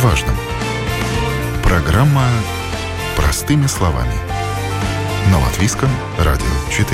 важном. Программа «Простыми словами» на Латвийском радио 4.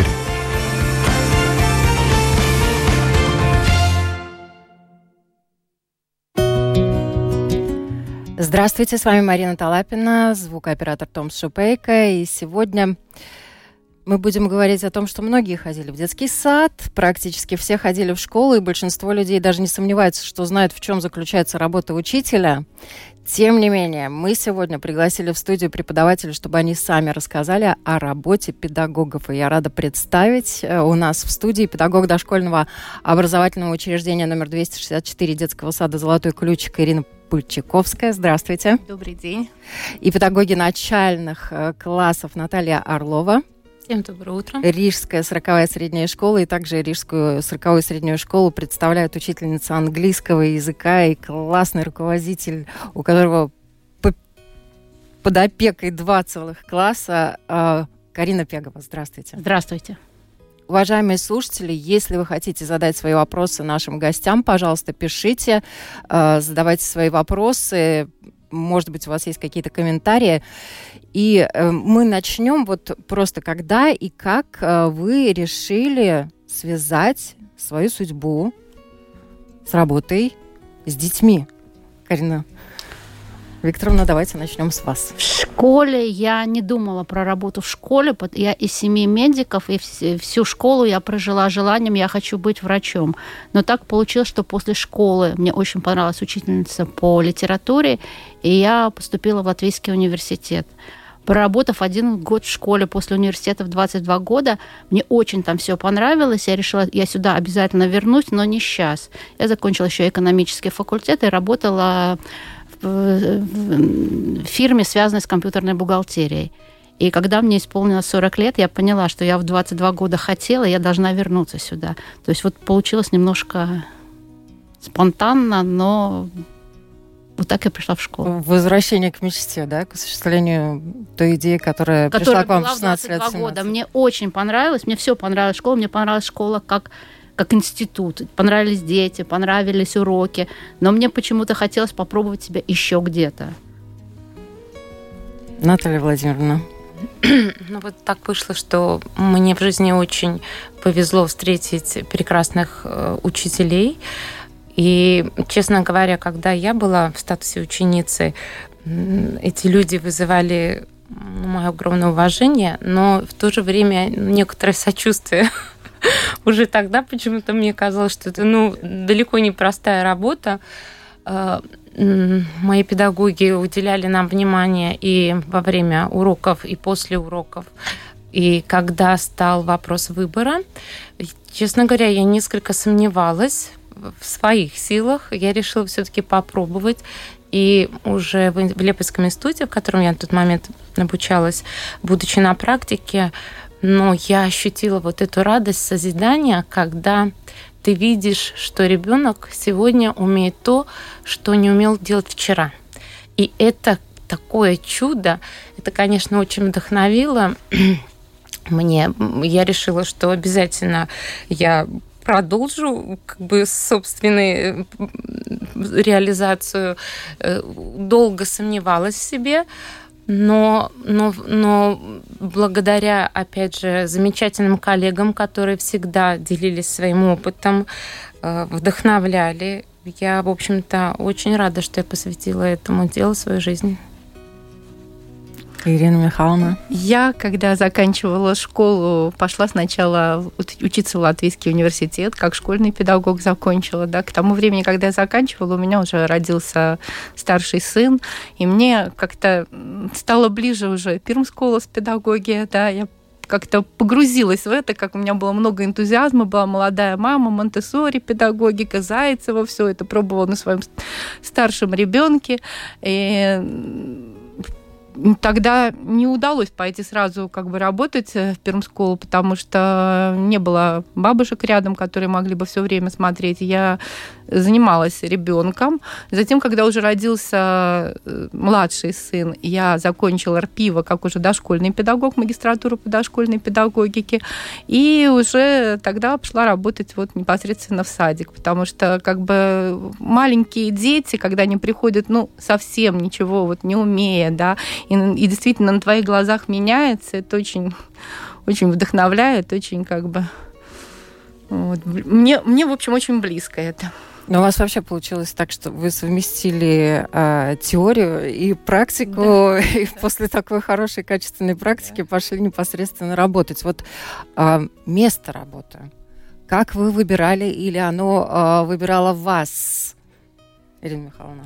Здравствуйте, с вами Марина Талапина, звукооператор Том Шупейко. И сегодня мы будем говорить о том, что многие ходили в детский сад, практически все ходили в школу, и большинство людей даже не сомневаются, что знают, в чем заключается работа учителя. Тем не менее, мы сегодня пригласили в студию преподавателей, чтобы они сами рассказали о работе педагогов. И я рада представить у нас в студии педагог дошкольного образовательного учреждения номер 264 детского сада «Золотой ключик» Ирина Пульчаковская. Здравствуйте. Добрый день. И педагоги начальных классов Наталья Орлова. Всем доброе утро. Рижская 40-я средняя школа, и также Рижскую 40-ю среднюю школу представляют учительница английского языка и классный руководитель, у которого под опекой 2 целых класса, Карина Пегова. Здравствуйте. Здравствуйте. Уважаемые слушатели, если вы хотите задать свои вопросы нашим гостям, пожалуйста, пишите, задавайте свои вопросы. Может быть, у вас есть какие-то комментарии. И мы начнем вот просто когда и как вы решили связать свою судьбу с работой с детьми. Карина Викторовна, давайте начнем с вас. В школе я не думала про работу в школе. Я из семьи медиков, и всю школу я прожила желанием, я хочу быть врачом. Но так получилось, что после школы мне очень понравилась учительница по литературе, и я поступила в Латвийский университет. Проработав 1 год в школе после университета в 22 года, мне очень там все понравилось. Я решила, я сюда обязательно вернусь, но не сейчас. Я закончила еще экономический факультет и работала в фирме, связанной с компьютерной бухгалтерией. И когда мне исполнилось 40 лет, я поняла, что я в 22 года хотела, я должна вернуться сюда. То есть вот получилось немножко спонтанно, но вот так я пришла в школу. Возвращение к мечте, да, к осуществлению той идеи, которая пришла к вам в 16 лет. 22 года. Мне очень понравилось, мне все понравилось в школе, мне понравилась школа как институт. Понравились дети, понравились уроки. Но мне почему-то хотелось попробовать себя еще где-то. Наталья Владимировна. Ну вот так вышло, что мне в жизни очень повезло встретить прекрасных учителей. И, честно говоря, когда я была в статусе ученицы, эти люди вызывали мое огромное уважение, но в то же время некоторое сочувствие. Уже тогда почему-то мне казалось, что это далеко не простая работа. Мои педагоги уделяли нам внимание и во время уроков, и после уроков. И когда стал вопрос выбора, честно говоря, я несколько сомневалась в своих силах. Я решила все-таки попробовать. И уже в Лепойском институте, в котором я на тот момент обучалась, будучи на практике, но я ощутила вот эту радость созидания, когда ты видишь, что ребенок сегодня умеет то, что не умел делать вчера. И это такое чудо. Это, конечно, очень вдохновило мне. Я решила, что обязательно я продолжу собственную реализацию. Долго сомневалась в себе. Но благодаря, опять же, замечательным коллегам, которые всегда делились своим опытом, вдохновляли, я, в общем-то, очень рада, что я посвятила этому делу свою жизнь. Ирина Михайловна. Я, когда заканчивала школу, пошла сначала учиться в Латвийский университет, как школьный педагог закончила. Да. К тому времени, когда я заканчивала, у меня уже родился старший сын, и мне как-то стало ближе уже Пирмсколас педагогия. Да. Я как-то погрузилась в это, как у меня было много энтузиазма, была молодая мама, Монтессори, педагогика, Зайцева, все это пробовала на своем старшем ребенке. И тогда не удалось пойти сразу как бы работать в Пермсколу, потому что не было бабушек рядом, которые могли бы все время смотреть. Я занималась ребенком. Затем, когда уже родился младший сын, я закончила РПИВО как уже дошкольный педагог, магистратуру по дошкольной педагогике, и уже тогда пошла работать вот непосредственно в садик, потому что как бы маленькие дети, когда они приходят, совсем ничего вот не умея, да, и действительно на твоих глазах меняется, это очень, очень вдохновляет, очень как бы... Вот. Мне, в общем, очень близко это. Но у вас вообще получилось так, что вы совместили теорию и практику, да. И после такой хорошей, качественной практики пошли непосредственно работать. Вот место работы. Как вы выбирали, или оно выбирало вас, Ирина Михайловна?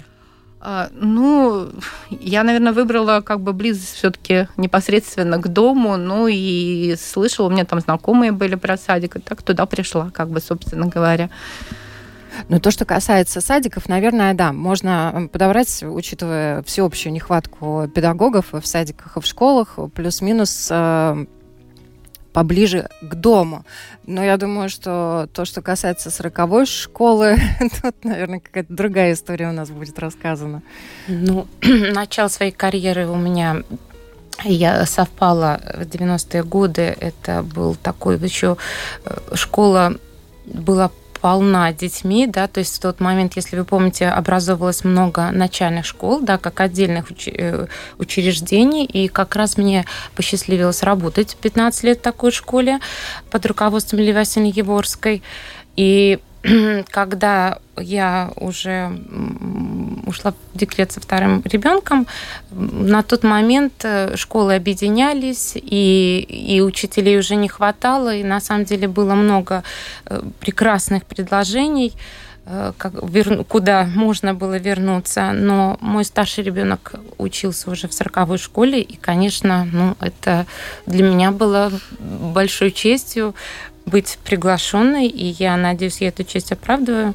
Я, наверное, выбрала как бы близость все-таки непосредственно к дому, и слышала, у меня там знакомые были про садик, и так туда пришла, как бы, собственно говоря. Но то, что касается садиков, наверное, да, можно подобрать, учитывая всеобщую нехватку педагогов и в садиках, и в школах, плюс-минус поближе к дому. Но я думаю, что то, что касается 40-й школы, тут, наверное, какая-то другая история у нас будет рассказана. Начало своей карьеры у меня... Я совпала в 90-е годы. Это был такой еще... Школа была полна детьми, да, то есть в тот момент, если вы помните, образовывалось много начальных школ, да, как отдельных учреждений, и как раз мне посчастливилось работать 15 лет в такой школе под руководством Лилии Васильевны Яворской. И когда я уже ушла в декрет со вторым ребенком, на тот момент школы объединялись, и учителей уже не хватало, и на самом деле было много прекрасных предложений, куда можно было вернуться. Но мой старший ребенок учился уже в 40-й школе, и, конечно, это для меня было большой честью быть приглашенной, и я надеюсь, я эту честь оправдываю.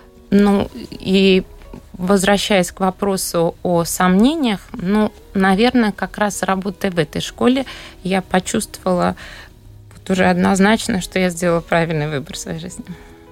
И возвращаясь к вопросу о сомнениях, наверное, как раз работая в этой школе, я почувствовала уже однозначно, что я сделала правильный выбор в своей жизни.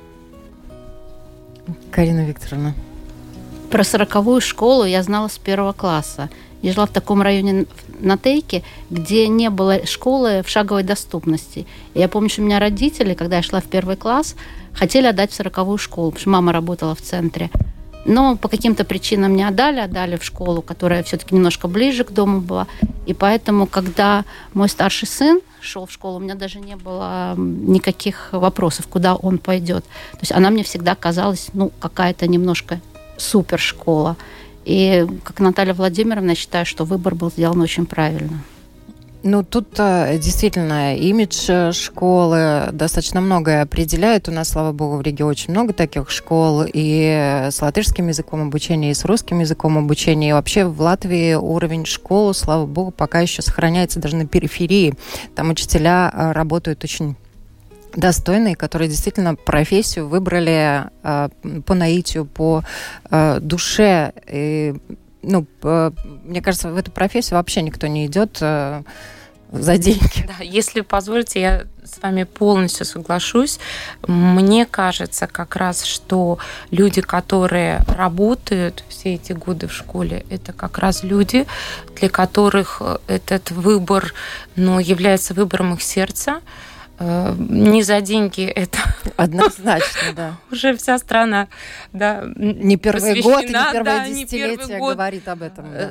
Карина Викторовна. Про 40-ю школу я знала с 1 класса. Я жила в таком районе на Тейке, где не было школы в шаговой доступности. И я помню, что у меня родители, когда я шла в 1 класс, хотели отдать в 40-ю школу, потому что мама работала в центре. Но по каким-то причинам не отдали в школу, которая все-таки немножко ближе к дому была. И поэтому, когда мой старший сын шел в школу, у меня даже не было никаких вопросов, куда он пойдет. То есть она мне всегда казалась, какая-то немножко супершкола. И как Наталья Владимировна, я считаю, что выбор был сделан очень правильно. Тут действительно имидж школы достаточно многое определяет. У нас, слава богу, в Риге очень много таких школ и с латышским языком обучения, и с русским языком обучения. И вообще в Латвии уровень школы, слава богу, пока еще сохраняется даже на периферии. Там учителя работают очень достойные, которые действительно профессию выбрали по наитию, по душе. И, мне кажется, в эту профессию вообще никто не идет за деньги. Да, если позволите, я с вами полностью соглашусь. Мне кажется как раз, что люди, которые работают все эти годы в школе, это как раз люди, для которых этот выбор, является выбором их сердца. Не за деньги это однозначно, да. Уже вся страна, да, не первый год, не первое десятилетие говорит об этом. Да.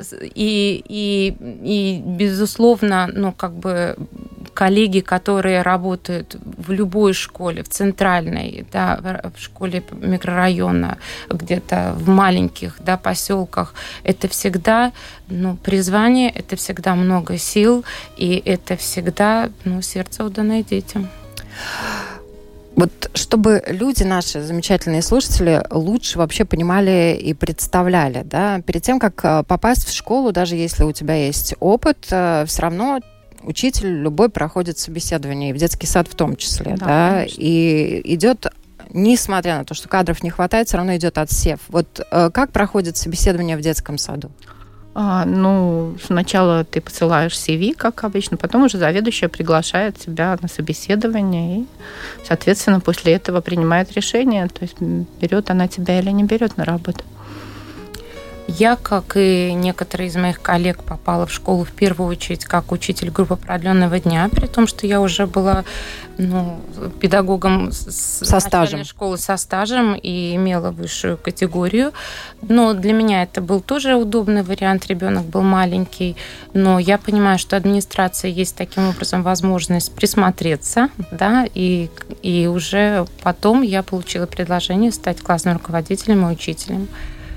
И безусловно, коллеги, которые работают в любой школе, в центральной, да, в школе микрорайона, где-то в маленьких, да, поселках, это всегда призвание, это всегда много сил, и это всегда сердце, отданное детям. Вот чтобы люди, наши замечательные слушатели, лучше вообще понимали и представляли, да, перед тем, как попасть в школу, даже если у тебя есть опыт, все равно учитель любой проходит собеседование, и в детский сад в том числе, да, и идет, несмотря на то, что кадров не хватает, все равно идет отсев. Вот как проходит собеседование в детском саду? Сначала ты посылаешь CV, как обычно, потом уже заведующая приглашает тебя на собеседование и, соответственно, после этого принимает решение, то есть берет она тебя или не берет на работу. Я, как и некоторые из моих коллег, попала в школу в первую очередь как учитель группы продленного дня, при том, что я уже была педагогом со стажем школы со стажем и имела высшую категорию. Но для меня это был тоже удобный вариант. Ребенок был маленький, но я понимаю, что администрация есть таким образом возможность присмотреться, да, и уже потом я получила предложение стать классным руководителем и учителем.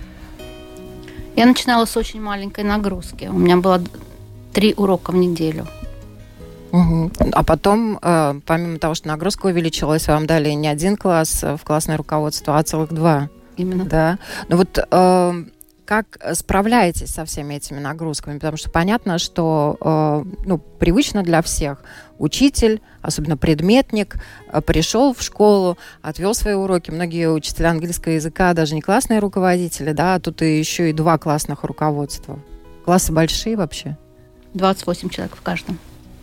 Я начинала с очень маленькой нагрузки. У меня было 3 урока в неделю. Угу. А потом, помимо того, что нагрузка увеличилась, вам дали не 1 класс в классное руководство, а целых 2. Именно. Да. Ну вот как справляетесь со всеми этими нагрузками? Потому что понятно, что привычно для всех. Учитель, особенно предметник, пришел в школу, отвел свои уроки. Многие учителя английского языка даже не классные руководители, да, а тут и еще и 2 классных руководства. Классы большие вообще? 28 человек в каждом.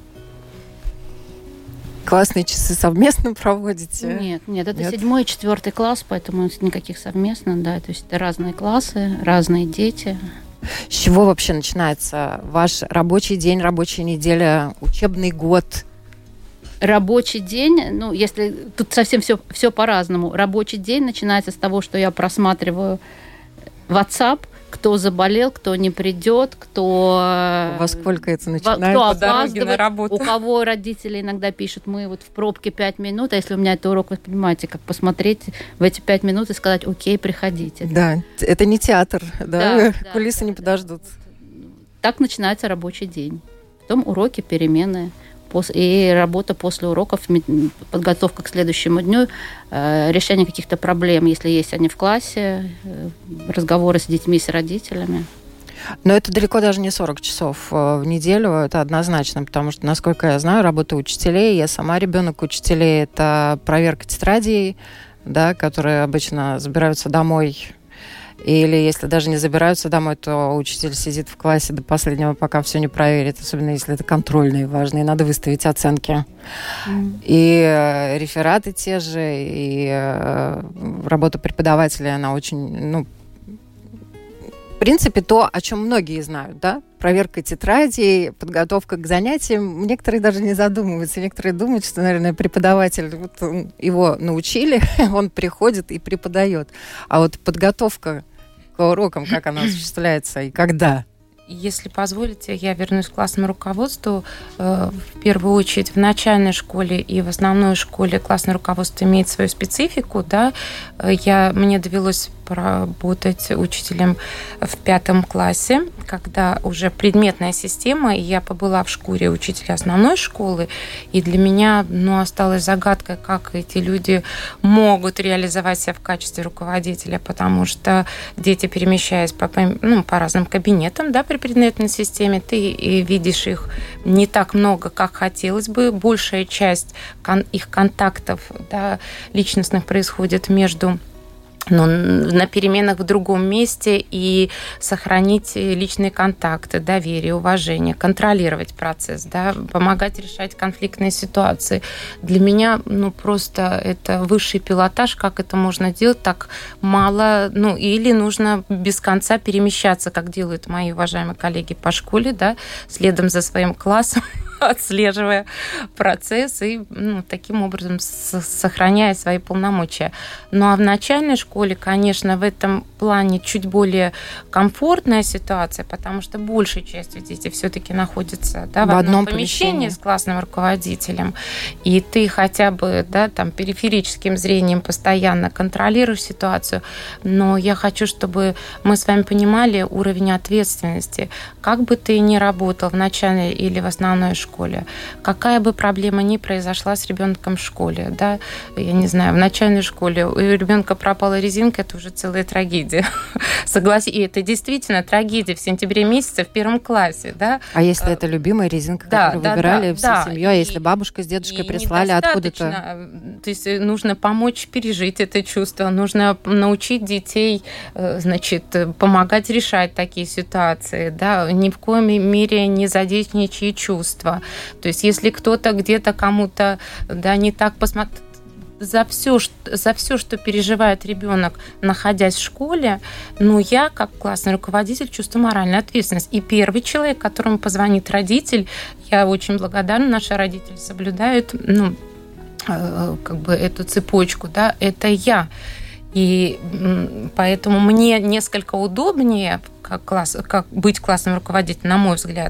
Классные часы совместно проводите? Нет, это 7 и 4 класс, поэтому никаких совместно, да, то есть это разные классы, разные дети. С чего вообще начинается ваш рабочий день, рабочая неделя, учебный год? Рабочий день, если тут совсем все по-разному. Рабочий день начинается с того, что я просматриваю WhatsApp, кто заболел, кто не придет, кто... Во сколько это начинается? Кто по дороге на работу. У кого родители иногда пишут, мы в пробке 5 минут, а если у меня это урок, вы понимаете, как посмотреть в эти 5 минут и сказать, окей, приходите. Да, это не театр, да? Кулисы не подождут. Так начинается рабочий день. Потом уроки, перемены. И работа после уроков, подготовка к следующему дню, решение каких-то проблем, если есть они в классе, разговоры с детьми, с родителями. Но это далеко даже не 40 часов в неделю, это однозначно, потому что, насколько я знаю, работа учителей, я сама ребенок учителей, это проверка тетрадей, да, которые обычно забираются домой. Или если даже не забираются домой, то учитель сидит в классе до последнего, пока все не проверит, особенно если это контрольные важные, надо выставить оценки. И рефераты те же, и работа преподавателя, она очень, в принципе, то, о чем многие знают, да? Проверка тетрадей, подготовка к занятиям. Некоторые даже не задумываются. Некоторые думают, что, наверное, преподаватель, его научили, он приходит и преподает. А вот подготовка к урокам, как она осуществляется и когда? Если позволите, я вернусь к классному руководству. В первую очередь в начальной школе и в основной школе классное руководство имеет свою специфику. Да? Мне довелось поработать учителем в 5 классе, когда уже предметная система, и я побыла в шкуре учителя основной школы, и для меня осталась загадкой, как эти люди могут реализовать себя в качестве руководителя, потому что дети, перемещаясь по разным кабинетам, да, при предметной системе, ты видишь их не так много, как хотелось бы. Большая часть их контактов, да, личностных происходит на переменах в другом месте, и сохранить личные контакты, доверие, уважение, контролировать процесс, да, помогать решать конфликтные ситуации. Для меня просто это высший пилотаж, как это можно делать так мало, или нужно без конца перемещаться, как делают мои уважаемые коллеги по школе, да, следом за своим классом, отслеживая процесс и таким образом сохраняя свои полномочия. Ну а в начальной школе, конечно, в этом плане чуть более комфортная ситуация, потому что большей частью дети все-таки находятся, да, в одном помещении с классным руководителем, и ты хотя бы, да, там, периферическим зрением постоянно контролируешь ситуацию. Но я хочу, чтобы мы с вами понимали уровень ответственности. Как бы ты ни работал в начальной или в основной школе, какая бы проблема ни произошла с ребенком в школе, да, я не знаю, в начальной школе у ребенка пропала резинка, это уже целая трагедия. Согласен, и это действительно трагедия в сентябре месяце в 1 классе, да. А если это любимая резинка, которую выбирали всей семьей, а если бабушка с дедушкой прислали откуда-то? То есть нужно помочь пережить это чувство, нужно научить детей, значит, помогать решать такие ситуации, да, ни в коем мере не задеть ничьи чувства. То есть если кто-то где-то кому-то, да, не так посмотрит, за все, что переживает ребенок, находясь в школе, я, как классный руководитель, чувствую моральную ответственность. И первый человек, которому позвонит родитель, я очень благодарна, наши родители соблюдают, эту цепочку, да, это я. И поэтому мне несколько удобнее, как быть классным руководителем, на мой взгляд.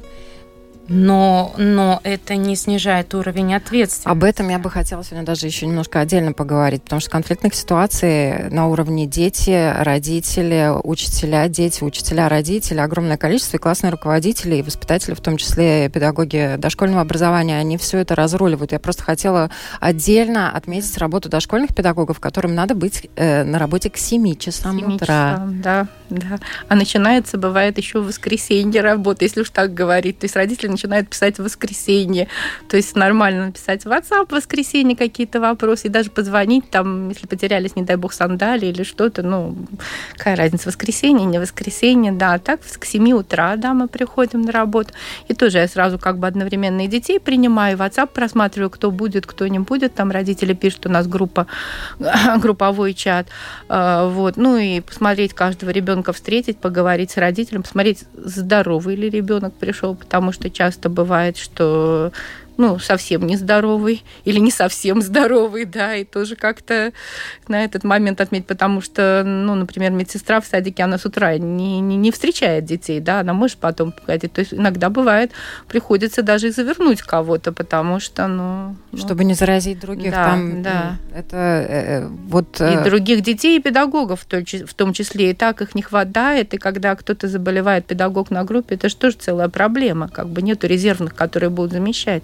Но это не снижает уровень ответственности. Об этом я бы хотела сегодня даже еще немножко отдельно поговорить, потому что конфликтных ситуаций на уровне дети, родители, учителя, дети, учителя, родители, огромное количество, и классные руководители, и воспитатели, в том числе педагоги дошкольного образования, они все это разруливают. Я просто хотела отдельно отметить работу дошкольных педагогов, которым надо быть на работе к 7 часам утра. Да. А начинается, бывает, еще в воскресенье работа, если уж так говорить. То есть родители начинают писать в воскресенье. То есть нормально написать в WhatsApp в воскресенье какие-то вопросы, и даже позвонить, там, если потерялись, не дай бог, сандалии или что-то, какая разница, воскресенье, не воскресенье, да. А так к 7 утра, да, мы приходим на работу. И тоже я сразу одновременно и детей принимаю, WhatsApp просматриваю, кто будет, кто не будет. Там родители пишут, у нас групповой чат. И посмотреть каждого ребенка, встретить, поговорить с родителем, посмотреть, здоровый ли ребенок пришел, потому что часто бывает, что совсем нездоровый или не совсем здоровый, да, и тоже как-то на этот момент отметить, потому что, например, медсестра в садике, она с утра не встречает детей, да, она может потом погодить. То есть иногда бывает, приходится даже и завернуть кого-то, потому что, чтобы не заразить других. Да. Это И других детей, и педагогов в том числе, и так их не хватает, и когда кто-то заболевает, педагог на группе, это же тоже целая проблема, нету резервных, которые будут замещать.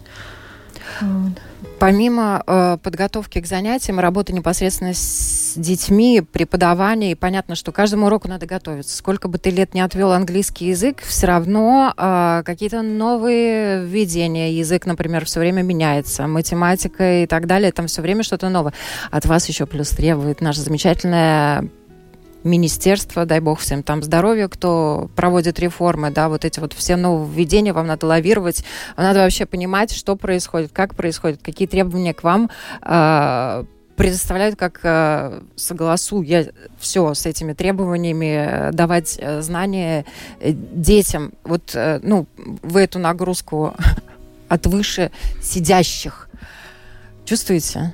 Помимо подготовки к занятиям, работы непосредственно с детьми, преподавания, понятно, что каждому уроку надо готовиться. Сколько бы ты лет не отвел английский язык, все равно какие-то новые введения. Язык, например, все время меняется, математика и так далее, там все время что-то новое. От вас еще плюс требует наша замечательная министерство, дай бог всем там здоровья, кто проводит реформы, да, вот эти вот все нововведения вам надо лавировать, вам надо вообще понимать, что происходит, как происходит, какие требования к вам предоставляют, как согласуя все с этими требованиями, давать знания детям. Вот, вы эту нагрузку от выше сидящих чувствуете?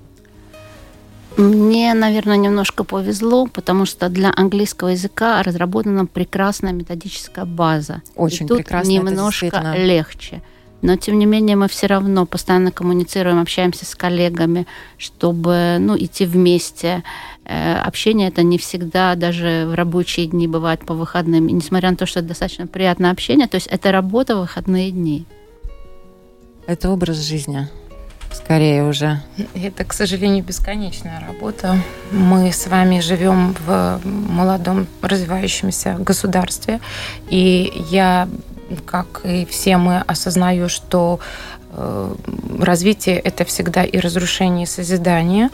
Мне, наверное, немножко повезло, потому что для английского языка разработана прекрасная методическая база. Очень и тут прекрасно. Немножко легче. Но, тем не менее, мы все равно постоянно коммуницируем, общаемся с коллегами, чтобы идти вместе. Общение это не всегда, даже в рабочие дни бывает по выходным. И несмотря на то, что это достаточно приятное общение, то есть это работа в выходные дни. Это образ жизни. Скорее уже. Это, к сожалению, бесконечная работа. Мы с вами живем в молодом развивающемся государстве. И я, как и все мы, осознаю, что развитие – это всегда и разрушение, и созидание.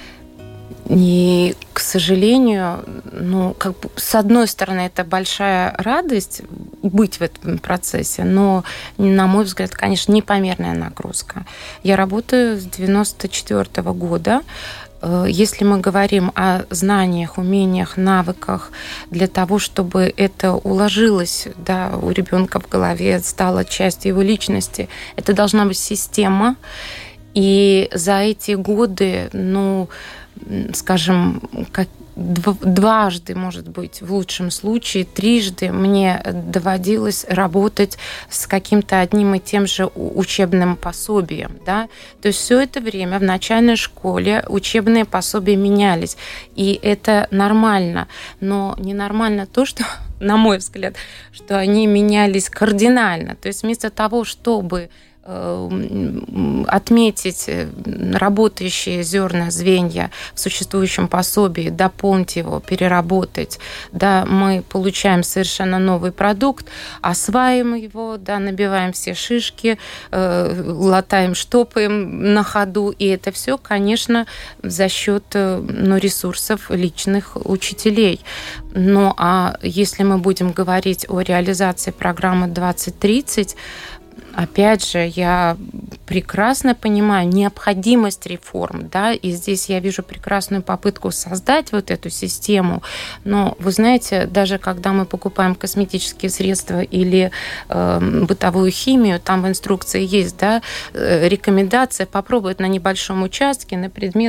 И, к сожалению, с одной стороны, это большая радость быть в этом процессе, но, на мой взгляд, конечно, непомерная нагрузка. Я работаю с 1994 года. Если мы говорим о знаниях, умениях, навыках для того, чтобы это уложилось, да, у ребенка в голове, стало частью его личности, это должна быть система. И за эти годы, скажем, дважды, может быть, в лучшем случае, трижды мне доводилось работать с каким-то одним и тем же учебным пособием. Да? То есть все это время в начальной школе учебные пособия менялись. И это нормально. Но ненормально то, что, на мой взгляд, что они менялись кардинально. То есть вместо того, чтобы отметить работающие зерна, звенья в существующем пособии, дополнить его, переработать. Да, мы получаем совершенно новый продукт, осваиваем его, да, набиваем все шишки, латаем, штопаем на ходу. И это все, конечно, за счет ресурсов личных учителей. Ну, а если мы будем говорить о реализации программы 2030, опять же, я прекрасно понимаю необходимость реформ, да, и здесь я вижу прекрасную попытку создать вот эту систему. Но, вы знаете, даже когда мы покупаем косметические средства или бытовую химию, там в инструкции есть, да, рекомендация попробовать на небольшом участке на предмет,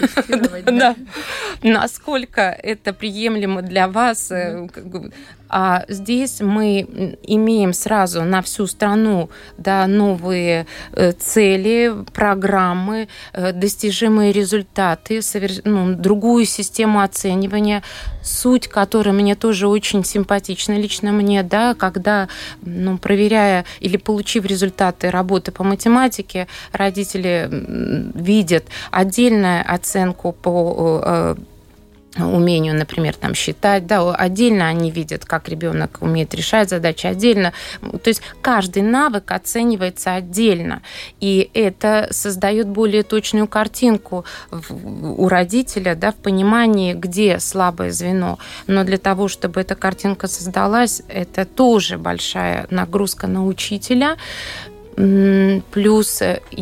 насколько это приемлемо для вас. А здесь мы имеем сразу на всю страну, да, новые цели, программы, достижимые результаты, другую систему оценивания, суть которой мне тоже очень симпатична лично мне, да, когда, проверяя или получив результаты работы по математике, родители видят отдельную оценку по умению, например, там, считать, да, отдельно они видят, как ребенок умеет решать задачи отдельно. То есть каждый навык оценивается отдельно, и это создает более точную картинку у родителя, да, в понимании, где слабое звено. Но для того, чтобы эта картинка создалась, это тоже большая нагрузка на учителя. Плюс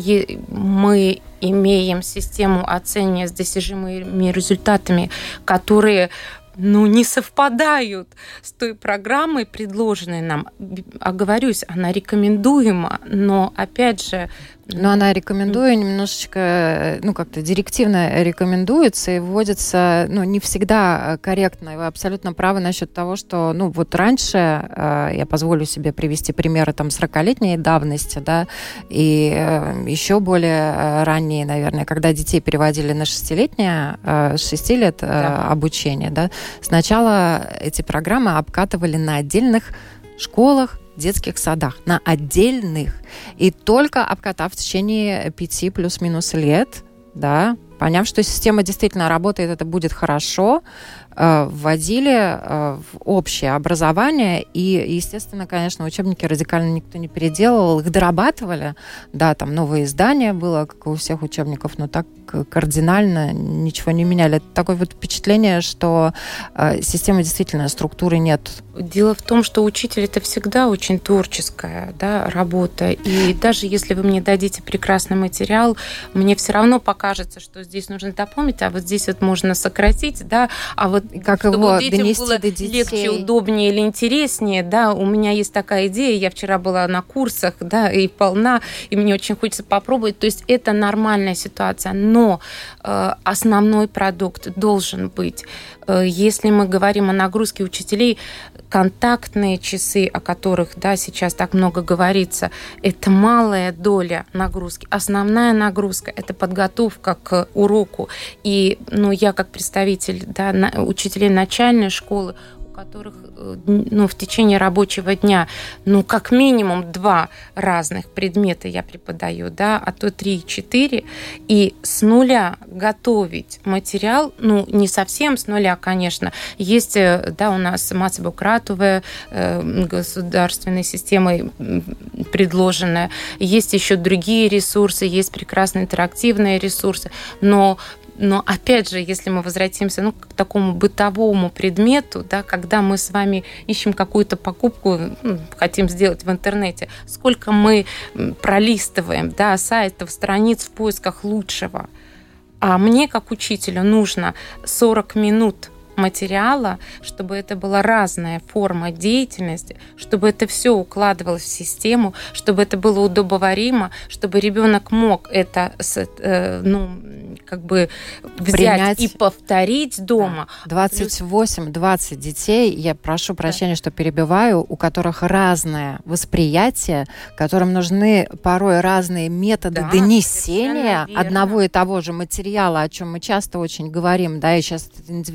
мы имеем систему оценивания с достижимыми результатами, которые не совпадают с той программой, предложенной нам. Оговорюсь, она рекомендуема, но опять же... Но она рекомендует немножечко, как-то директивно рекомендуется и вводится, не всегда корректно. И вы абсолютно правы насчет того, что, вот раньше, я позволю себе привести примеры там 40-летней давности, да, и еще более ранние, наверное, когда детей переводили на 6-летнее, 6 лет обучения, да, сначала эти программы обкатывали на отдельных школах, детских садах, на отдельных. И только обкатав в течение 5 плюс-минус лет, да, поняв, что система действительно работает, это будет хорошо, вводили в общее образование, и, естественно, конечно, учебники радикально никто не переделывал, их дорабатывали, да, там новое издание было, как и у всех учебников, но так кардинально ничего не меняли. Это такое вот впечатление, что системы действительно, структуры нет. Дело в том, что учитель — это всегда очень творческая, да, работа, и даже если вы мне дадите прекрасный материал, мне все равно покажется, что здесь нужно дополнить, а вот здесь вот можно сократить, да, а вот как чтобы его детям донести было до детей. Легче, удобнее или интереснее, да, у меня есть такая идея, я вчера была на курсах, да, и полна, и мне очень хочется попробовать, то есть это нормальная ситуация, но основной продукт должен быть. Если мы говорим о нагрузке учителей, контактные часы, о которых, да, сейчас так много говорится, это малая доля нагрузки. Основная нагрузка – это подготовка к уроку. И я как представитель, да, учителей начальной школы, у которых в течение рабочего дня как минимум 2 разных предмета я преподаю, да, а то 3-4, и с нуля готовить материал, не совсем с нуля, конечно. Есть, да, у нас массово-кратовая государственной системой предложенная, есть еще другие ресурсы, есть прекрасные интерактивные ресурсы, но опять же, если мы возвратимся к такому бытовому предмету, да, когда мы с вами ищем какую-то покупку, хотим сделать в интернете, сколько мы пролистываем, да, сайтов, страниц в поисках лучшего. А мне, как учителю, нужно 40 минут материала, чтобы это была разная форма деятельности, чтобы это все укладывалось в систему, чтобы это было удобоваримо, чтобы ребенок мог это взять принять и повторить дома. 28-20 детей, я прошу прощения, что перебиваю, у которых разное восприятие, которым нужны порой разные методы донесения одного и того же материала, о чем мы часто очень говорим, да, и сейчас индивидуальный подход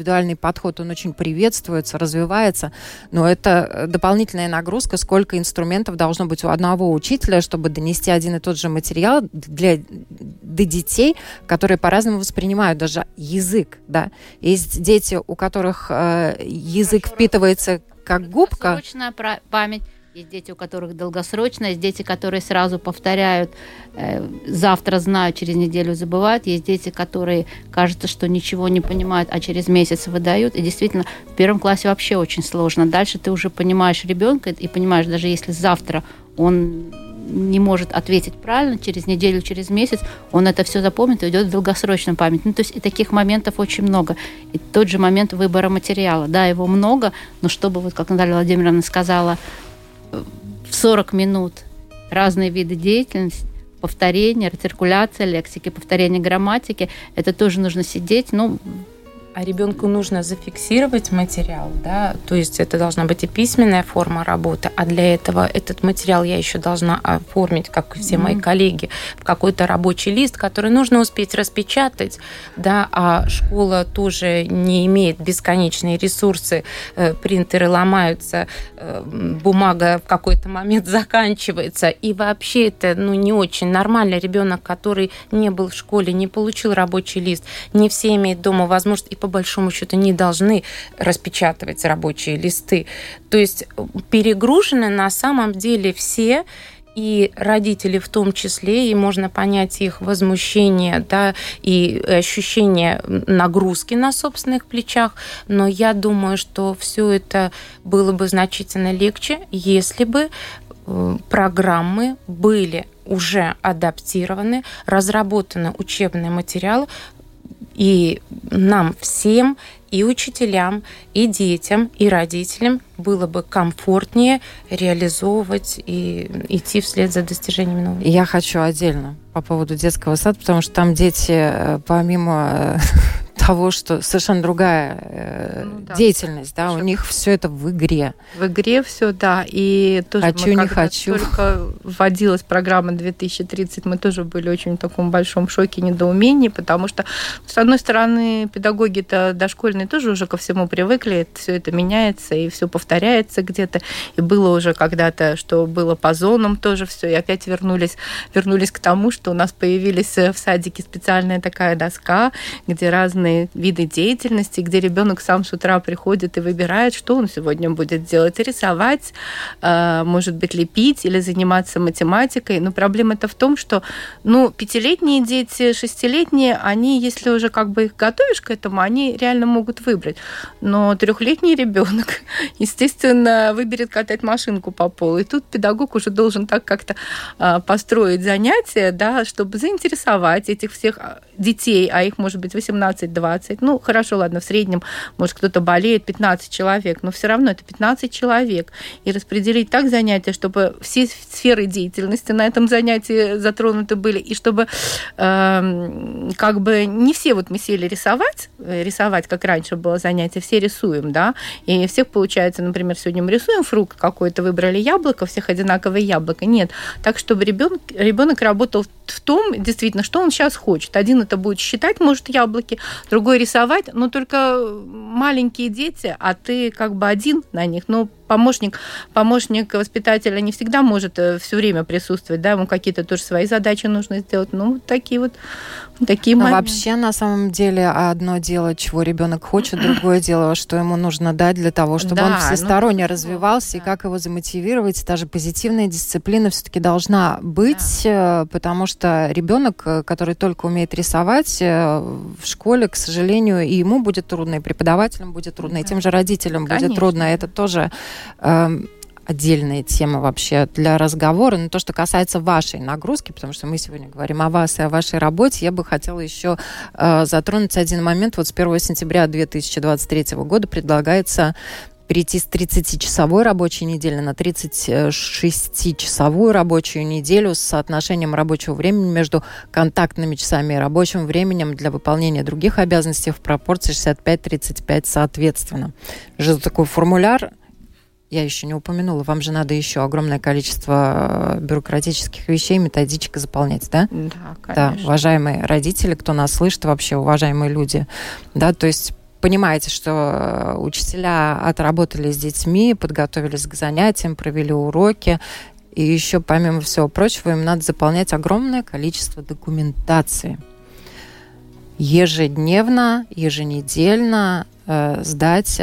подход, он очень приветствуется, развивается, но это дополнительная нагрузка, сколько инструментов должно быть у одного учителя, чтобы донести один и тот же материал до детей, которые по-разному воспринимают даже язык, да. Есть дети, у которых язык впитывается как губка. Долгосрочная память. Есть дети, у которых долгосрочная, есть дети, которые сразу повторяют, завтра знают, через неделю забывают. Есть дети, которые кажется, что ничего не понимают, а через месяц выдают. И действительно, в первом классе вообще очень сложно. Дальше ты уже понимаешь ребенка и понимаешь, даже если завтра он не может ответить правильно, через неделю, через месяц он это все запомнит и идет в долгосрочную память. Ну, то есть и таких моментов очень много. И тот же момент выбора материала. Да, его много, но чтобы, вот как Наталья Владимировна сказала, в 40 минут разные виды деятельности, повторение, рециркуляция лексики, повторение грамматики, это тоже нужно сидеть, А ребенку нужно зафиксировать материал, да, то есть это должна быть и письменная форма работы, а для этого этот материал я еще должна оформить, как и все мои коллеги, в какой-то рабочий лист, который нужно успеть распечатать, да, а школа тоже не имеет бесконечные ресурсы, принтеры ломаются, бумага в какой-то момент заканчивается, и вообще это, не очень нормально. Ребенок, который не был в школе, не получил рабочий лист, не все имеют дома возможность, и по большому счету не должны распечатывать рабочие листы. То есть перегружены на самом деле все, и родители в том числе, и можно понять их возмущение, да, и ощущение нагрузки на собственных плечах, но я думаю, что все это было бы значительно легче, если бы программы были уже адаптированы, разработаны учебные материалы, и нам всем, и учителям, и детям, и родителям было бы комфортнее реализовывать и идти вслед за достижениями новых. Я хочу отдельно по поводу детского сада, потому что там дети, помимо того, что совершенно другая деятельность, да, у них все это в игре. В игре все, да. И тоже хочу, не хочу. Только вводилась программа 2030, мы тоже были очень в таком большом шоке, недоумении, потому что, с одной стороны, педагоги-то дошкольные тоже уже ко всему привыкли, все это меняется, и все повторяется где-то. И было уже когда-то, что было по зонам тоже все, и опять вернулись к тому, что у нас появились в садике специальная такая доска, где разные виды деятельности, где ребенок сам с утра приходит и выбирает, что он сегодня будет делать. Рисовать, может быть, лепить или заниматься математикой. Но проблема-то в том, что 5-летние дети, 6-летние, они, если уже как бы их готовишь к этому, они реально могут выбрать. Но 3-летний ребенок, естественно, выберет катать машинку по полу. И тут педагог уже должен так как-то построить занятия, да, чтобы заинтересовать этих всех детей, а их может быть 18-20. Хорошо, ладно, в среднем, может, кто-то болеет, 15 человек, но все равно это 15 человек. И распределить так занятия, чтобы все сферы деятельности на этом занятии затронуты были, и чтобы как бы не все мы сели рисовать, как раньше было занятие, все рисуем, да, и всех получается, например, сегодня мы рисуем фрукт какой-то, выбрали яблоко, всех одинаковые яблоко. Нет, так, чтобы ребенок работал в том, действительно, что он сейчас хочет. Один это будет считать, может, яблоки, другой рисовать, но только маленькие дети, а ты как бы один на них. Помощник воспитателя не всегда может все время присутствовать, да, ему какие-то тоже свои задачи нужно сделать. Такие моменты. Вообще, на самом деле, одно дело, чего ребенок хочет, другое дело, что ему нужно дать для того, чтобы он всесторонне развивался, и как его замотивировать. Даже позитивная дисциплина все-таки должна быть, потому что ребенок, который только умеет рисовать, в школе, к сожалению, и ему будет трудно, и преподавателям будет трудно, и тем же родителям будет трудно. Это тоже отдельная тема вообще для разговора. Но то, что касается вашей нагрузки, потому что мы сегодня говорим о вас и о вашей работе, я бы хотела еще затронуть один момент. Вот с 1 сентября 2023 года предлагается перейти с 30-часовой рабочей недели на 36-часовую рабочую неделю с соотношением рабочего времени между контактными часами и рабочим временем для выполнения других обязанностей в пропорции 65-35 соответственно. Что такой формуляр? Я еще не упомянула. Вам же надо еще огромное количество бюрократических вещей, методичек заполнять, да? Да, конечно. Да, уважаемые родители, кто нас слышит, вообще уважаемые люди, да, то есть понимаете, что учителя отработали с детьми, подготовились к занятиям, провели уроки, и еще, помимо всего прочего, им надо заполнять огромное количество документации. Ежедневно, еженедельно сдать,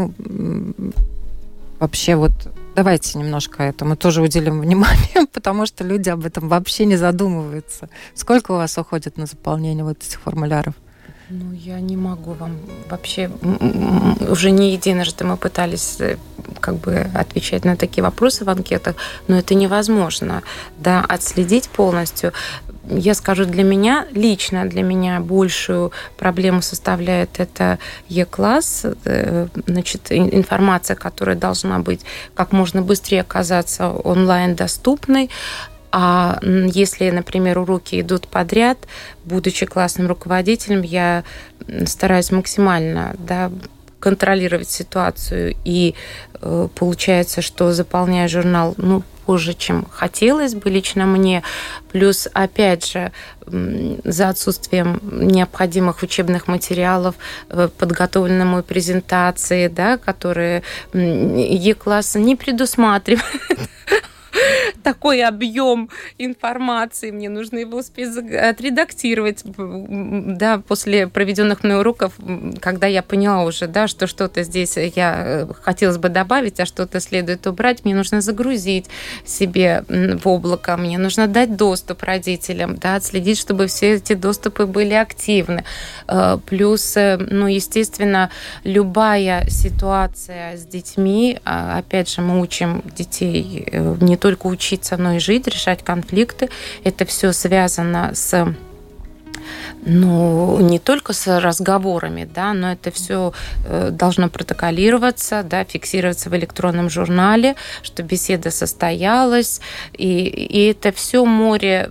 вообще вот давайте немножко этому тоже уделим внимание, потому что люди об этом вообще не задумываются. Сколько у вас уходит на заполнение вот этих формуляров? Я не могу вам вообще... Уже не единожды мы пытались отвечать на такие вопросы в анкетах, но это невозможно, да, отследить полностью. Я скажу, для меня большую проблему составляет это Е-класс, значит, информация, которая должна быть как можно быстрее оказаться онлайн доступной. А если, например, уроки идут подряд, будучи классным руководителем, я стараюсь максимально, да, контролировать ситуацию, и получается, что заполняю журнал позже, чем хотелось бы лично мне. Плюс, опять же, за отсутствием необходимых учебных материалов, подготовленной мной презентации, да, которые Е-класс не предусматривает. Такой объем информации, мне нужно его успеть отредактировать, да, после проведенных мной уроков, когда я поняла уже, да, что что-то здесь я хотелось бы добавить, а что-то следует убрать, мне нужно загрузить себе в облако, мне нужно дать доступ родителям, да, отследить, чтобы все эти доступы были активны. Плюс, естественно, любая ситуация с детьми, опять же, мы учим детей не только учиться, но и жить, решать конфликты. Это все связано с не только с разговорами, да, но это все должно протоколироваться, да, фиксироваться в электронном журнале, что беседа состоялась, и это все море,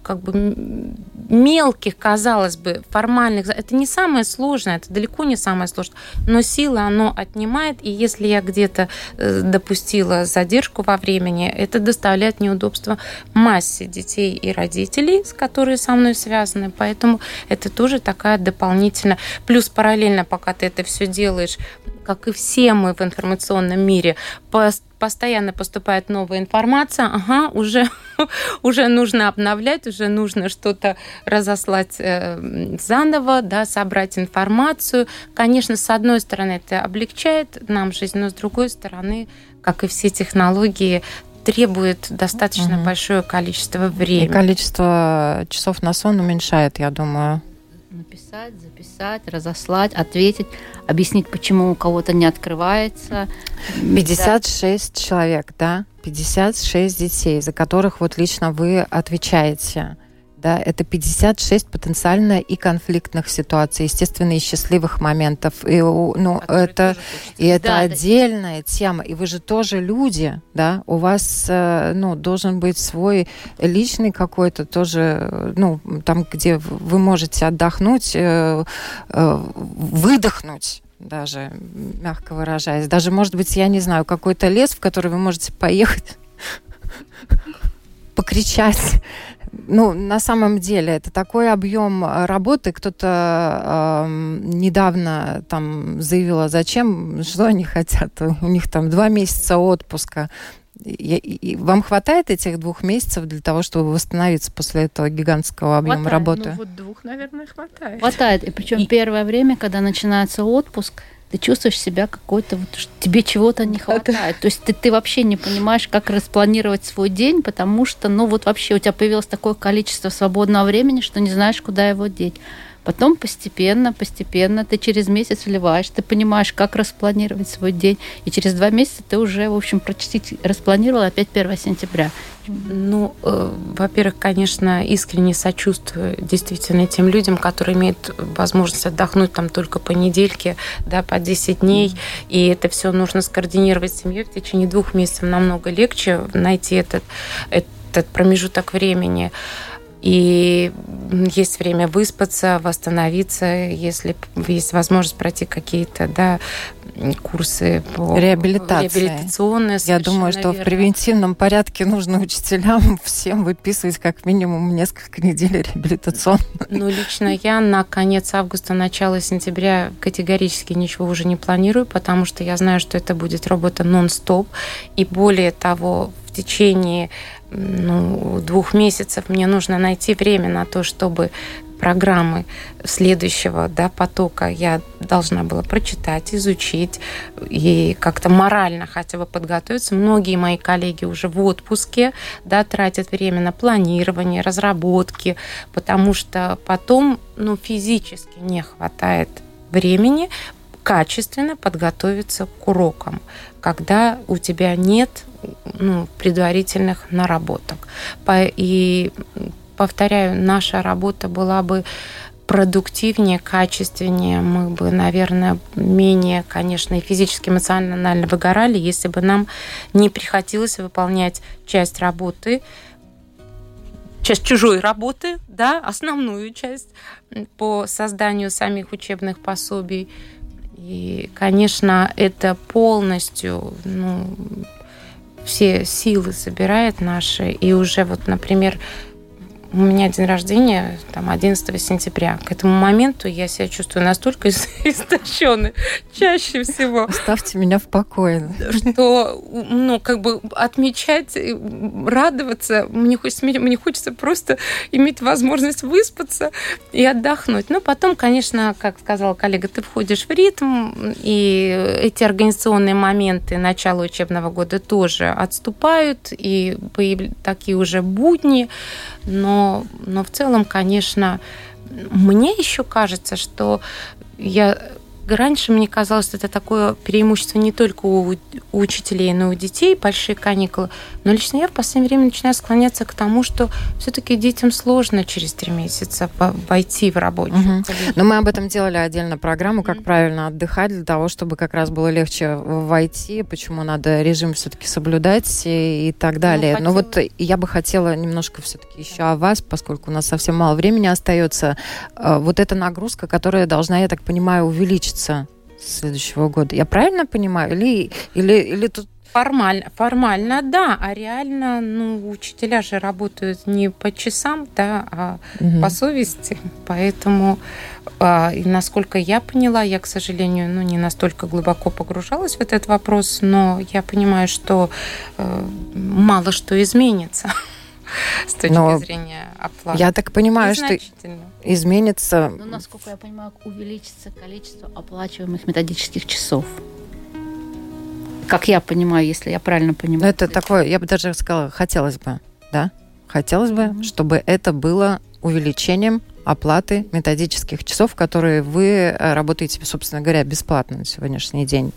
мелких, казалось бы, формальных. Это не самое сложное, это далеко не самое сложное, но силы оно отнимает, и если я где-то допустила задержку во времени, это доставляет неудобства массе детей и родителей, которые со мной связаны, поэтому это тоже такая дополнительная... Плюс параллельно, пока ты это все делаешь, как и все мы в информационном мире, постоянно поступает новая информация, уже нужно обновлять, уже нужно что-то разослать заново, да, собрать информацию. Конечно, с одной стороны, это облегчает нам жизнь, но с другой стороны, как и все технологии, требует достаточно большое количество времени. И количество часов на сон уменьшает, я думаю. Написать, записать, разослать, ответить, объяснить, почему у кого-то не открывается. 56 человек, да? 56 детей, за которых вот лично вы отвечаете. Да, это 56 потенциально и конфликтных ситуаций, естественно, и счастливых моментов. И, это отдельная тема. И вы же тоже люди, да? У вас должен быть свой личный какой-то тоже, там, где вы можете отдохнуть, выдохнуть. Даже, мягко выражаясь. Даже, может быть, я не знаю, какой-то лес, в который вы можете поехать, покричать. На самом деле, это такой объем работы. Кто-то недавно там заявил, зачем, что они хотят. У них там 2 месяца отпуска. И вам хватает этих 2 месяцев для того, чтобы восстановиться после этого гигантского объема работы? 2, наверное, хватает. Хватает. И причем первое время, когда начинается отпуск, ты чувствуешь себя какой-то, тебе чего-то не хватает. То есть ты вообще не понимаешь, как распланировать свой день, потому что, вообще у тебя появилось такое количество свободного времени, что не знаешь, куда его деть. Потом постепенно ты через месяц вливаешь, ты понимаешь, как распланировать свой день, и через 2 месяца ты уже, в общем, почти распланировал опять 1 сентября. Во-первых, конечно, искренне сочувствую действительно тем людям, которые имеют возможность отдохнуть там только по недельке, да, по 10 дней, и это все нужно скоординировать с семьей в течение 2 месяцев. Намного легче найти этот промежуток времени. И есть время выспаться, восстановиться, если есть возможность пройти какие-то, да, курсы по реабилитационные. Я думаю, что в превентивном порядке нужно учителям всем выписывать как минимум несколько недель реабилитационных. Ну, лично я на конец августа, начало сентября категорически ничего уже не планирую, потому что я знаю, что это будет работа нон-стоп. И более того, в течение 2 месяцев мне нужно найти время на то, чтобы программы следующего потока я должна была прочитать, изучить и как-то морально хотя бы подготовиться. Многие мои коллеги уже в отпуске, тратят время на планирование, разработки, потому что потом физически не хватает времени качественно подготовиться к урокам, когда у тебя нет предварительных наработок. И повторяю, наша работа была бы продуктивнее, качественнее. Мы бы, наверное, менее, конечно, и физически, эмоционально выгорали, если бы нам не приходилось выполнять часть чужой работы, основную часть по созданию самих учебных пособий. И, конечно, это полностью все силы забирает наши. И уже например, у меня день рождения 11 сентября. К этому моменту я себя чувствую настолько истощенной чаще всего. Оставьте меня в покое. Что, отмечать, радоваться, мне хочется просто иметь возможность выспаться и отдохнуть. Но потом, конечно, как сказала коллега, ты входишь в ритм, и эти организационные моменты начала учебного года тоже отступают, и такие уже будни. Но в целом, конечно, мне еще кажется, что раньше мне казалось, что это такое преимущество не только у учителей, но и у детей, большие каникулы. Но лично я в последнее время начинаю склоняться к тому, что все-таки детям сложно через 3 месяца войти в рабочую коллегию. Но мы об этом делали отдельно программу, как правильно отдыхать, для того, чтобы как раз было легче войти, почему надо режим все-таки соблюдать и так далее. Но я бы хотела немножко все-таки еще о вас, поскольку у нас совсем мало времени остается. Вот эта нагрузка, которая должна, я так понимаю, увеличиться с следующего года. Я правильно понимаю? Или тут... Формально, да, а реально, учителя же работают не по часам, а по совести. Поэтому, и насколько я поняла, я, к сожалению, не настолько глубоко погружалась в этот вопрос, но я понимаю, что мало что изменится с точки зрения оплаты. Я так понимаю, что изменится... насколько я понимаю, увеличится количество оплачиваемых методических часов. Как я понимаю, если я правильно понимаю. Это такое, я бы даже сказала, хотелось бы, Хотелось бы, чтобы это было увеличением оплаты методических часов, которые вы работаете, собственно говоря, бесплатно на сегодняшний день.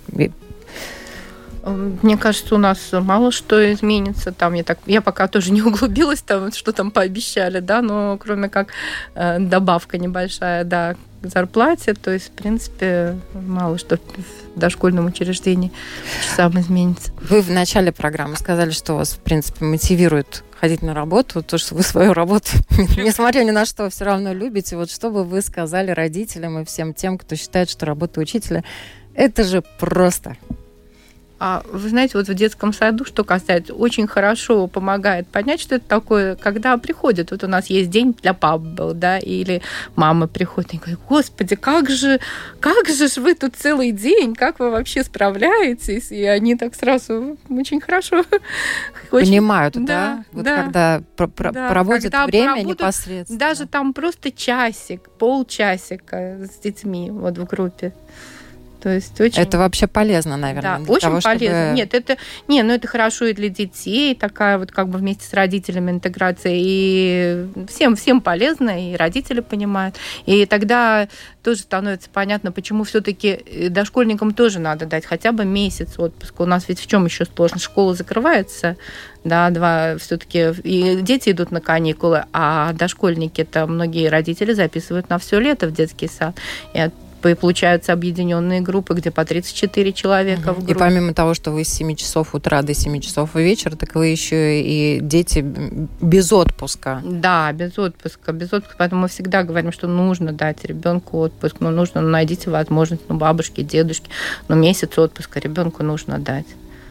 Мне кажется, у нас мало что изменится. Я пока тоже не углубилась, что там пообещали, но кроме как добавка небольшая, к зарплате, то есть, в принципе, мало что в дошкольном учреждении часам изменится. Вы в начале программы сказали, что вас, в принципе, мотивирует ходить на работу, то, что вы свою работу, несмотря ни на что, все равно любите. Вот что бы вы сказали родителям и всем тем, кто считает, что работа учителя – это же просто... А вы знаете, в детском саду, что касается, очень хорошо помогает понять, что это такое, когда приходят. У нас есть день для пап был, или мама приходит и говорит: Господи, как же вы тут целый день, как вы вообще справляетесь? И они так сразу очень хорошо понимают, когда проводят время непосредственно. Даже там просто часик, полчасика с детьми в группе. То есть очень... Это вообще полезно, наверное. Да, очень полезно. Чтобы... это хорошо и для детей, такая вместе с родителями интеграция. И всем полезно, и родители понимают. И тогда тоже становится понятно, почему все-таки дошкольникам тоже надо дать хотя бы месяц отпуска. У нас ведь в чем еще сложность? Школа закрывается, все-таки и дети идут на каникулы, а дошкольники-то многие родители записывают на все лето в детский сад. И получаются объединенные группы, где по 34 человека в группе. И помимо того, что вы с 7 часов утра до 7 часов вечера, так вы еще и дети без отпуска. Да, без отпуска. Поэтому мы всегда говорим, что нужно дать ребенку отпуск. Нужно, найдите возможность, бабушке, дедушке. Месяц отпуска ребенку нужно дать.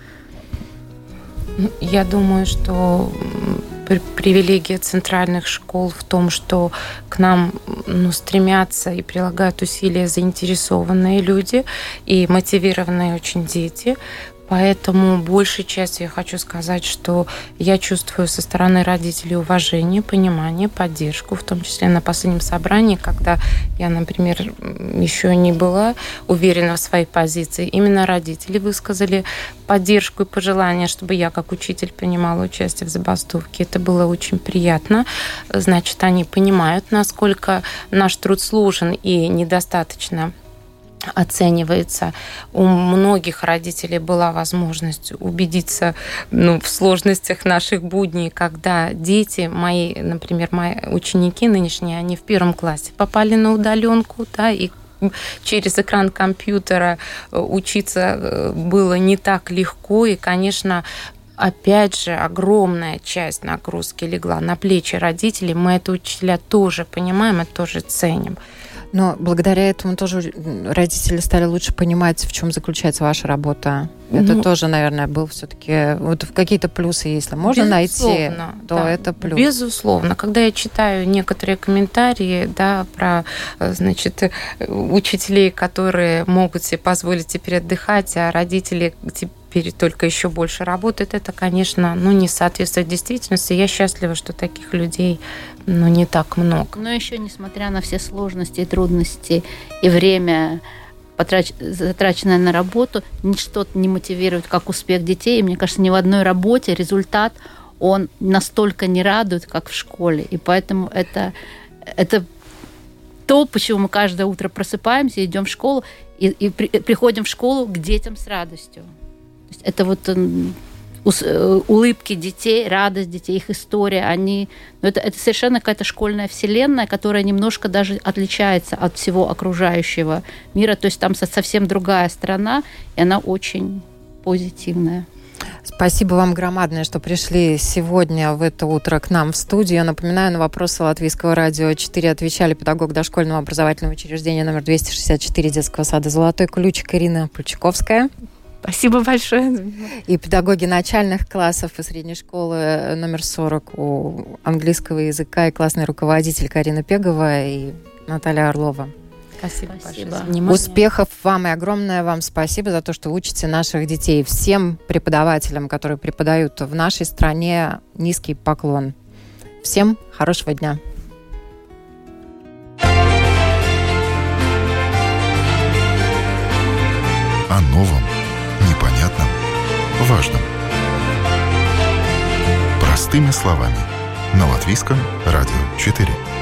Я думаю, что привилегия центральных школ в том, что к нам стремятся и прилагают усилия заинтересованные люди и мотивированные очень дети. Поэтому большей частью я хочу сказать, что я чувствую со стороны родителей уважение, понимание, поддержку, в том числе на последнем собрании, когда я, например, еще не была уверена в своей позиции. Именно родители высказали поддержку и пожелание, чтобы я как учитель принимала участие в забастовке. Это было очень приятно. Значит, они понимают, насколько наш труд сложен и недостаточно оценивается. У многих родителей была возможность убедиться в сложностях наших будней, когда дети, мои ученики нынешние, они в 1 классе попали на удаленку, да, и через экран компьютера учиться было не так легко, и, конечно, опять же, огромная часть нагрузки легла на плечи родителей. Мы это, учителя, тоже понимаем и тоже ценим. Но благодаря этому тоже родители стали лучше понимать, в чем заключается ваша работа. Это тоже, наверное, был все-таки... Вот какие-то плюсы, если можно найти, то да, это плюс. Безусловно. Когда я читаю некоторые комментарии, да, про, учителей, которые могут себе позволить теперь отдыхать, а родители теперь только еще больше работают, это, конечно, не соответствует действительности. Я счастлива, что таких людей, не так много. Но еще, несмотря на все сложности и трудности, и время, затраченное на работу, ничто не мотивирует, как успех детей. И мне кажется, ни в одной работе результат, он настолько не радует, как в школе. И поэтому это то, почему мы каждое утро просыпаемся, идем в школу, и приходим в школу к детям с радостью. То есть это улыбки детей, радость детей, их история, это совершенно какая-то школьная вселенная, которая немножко даже отличается от всего окружающего мира. То есть там совсем другая страна, и она очень позитивная. Спасибо вам громадное, что пришли сегодня в это утро к нам в студию. Я напоминаю, на вопросы Латвийского радио 4 отвечали педагог дошкольного образовательного учреждения номер 264 детского сада «Золотой ключик» Ирина Пульчаковская. Спасибо большое. И педагоги начальных классов и средней школы номер 40 у английского языка и классный руководитель Карина Пегова и Наталья Орлова. Спасибо большое за внимание. Успехов вам и огромное вам спасибо за то, что учите наших детей. Всем преподавателям, которые преподают в нашей стране, низкий поклон. Всем хорошего дня. О новом, непонятном, важном. Простыми словами. На Латвийском радио 4.